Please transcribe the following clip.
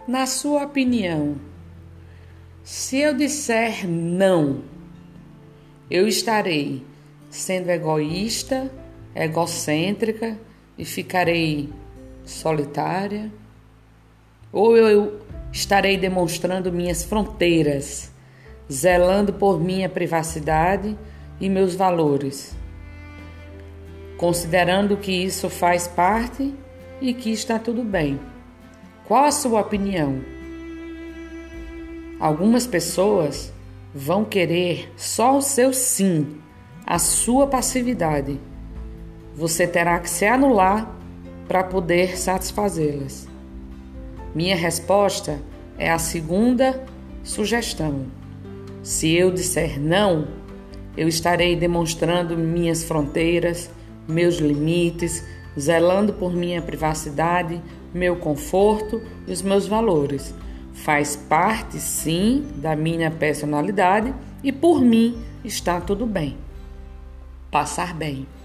Na sua opinião, se eu disser não, eu estarei sendo egoísta, egocêntrica e ficarei solitária? Ou eu estarei demonstrando minhas fronteiras, zelando por minha privacidade e meus valores, considerando que isso faz parte e que está tudo bem? Qual a sua opinião? Algumas pessoas vão querer só o seu sim, a sua passividade. Você terá que se anular para poder satisfazê-las. Minha resposta é a segunda sugestão. Se eu disser não, eu estarei demonstrando minhas fronteiras, meus limites, zelando por minha privacidade, meu conforto e os meus valores. Faz parte, sim, da minha personalidade e por mim está tudo bem. Passar bem.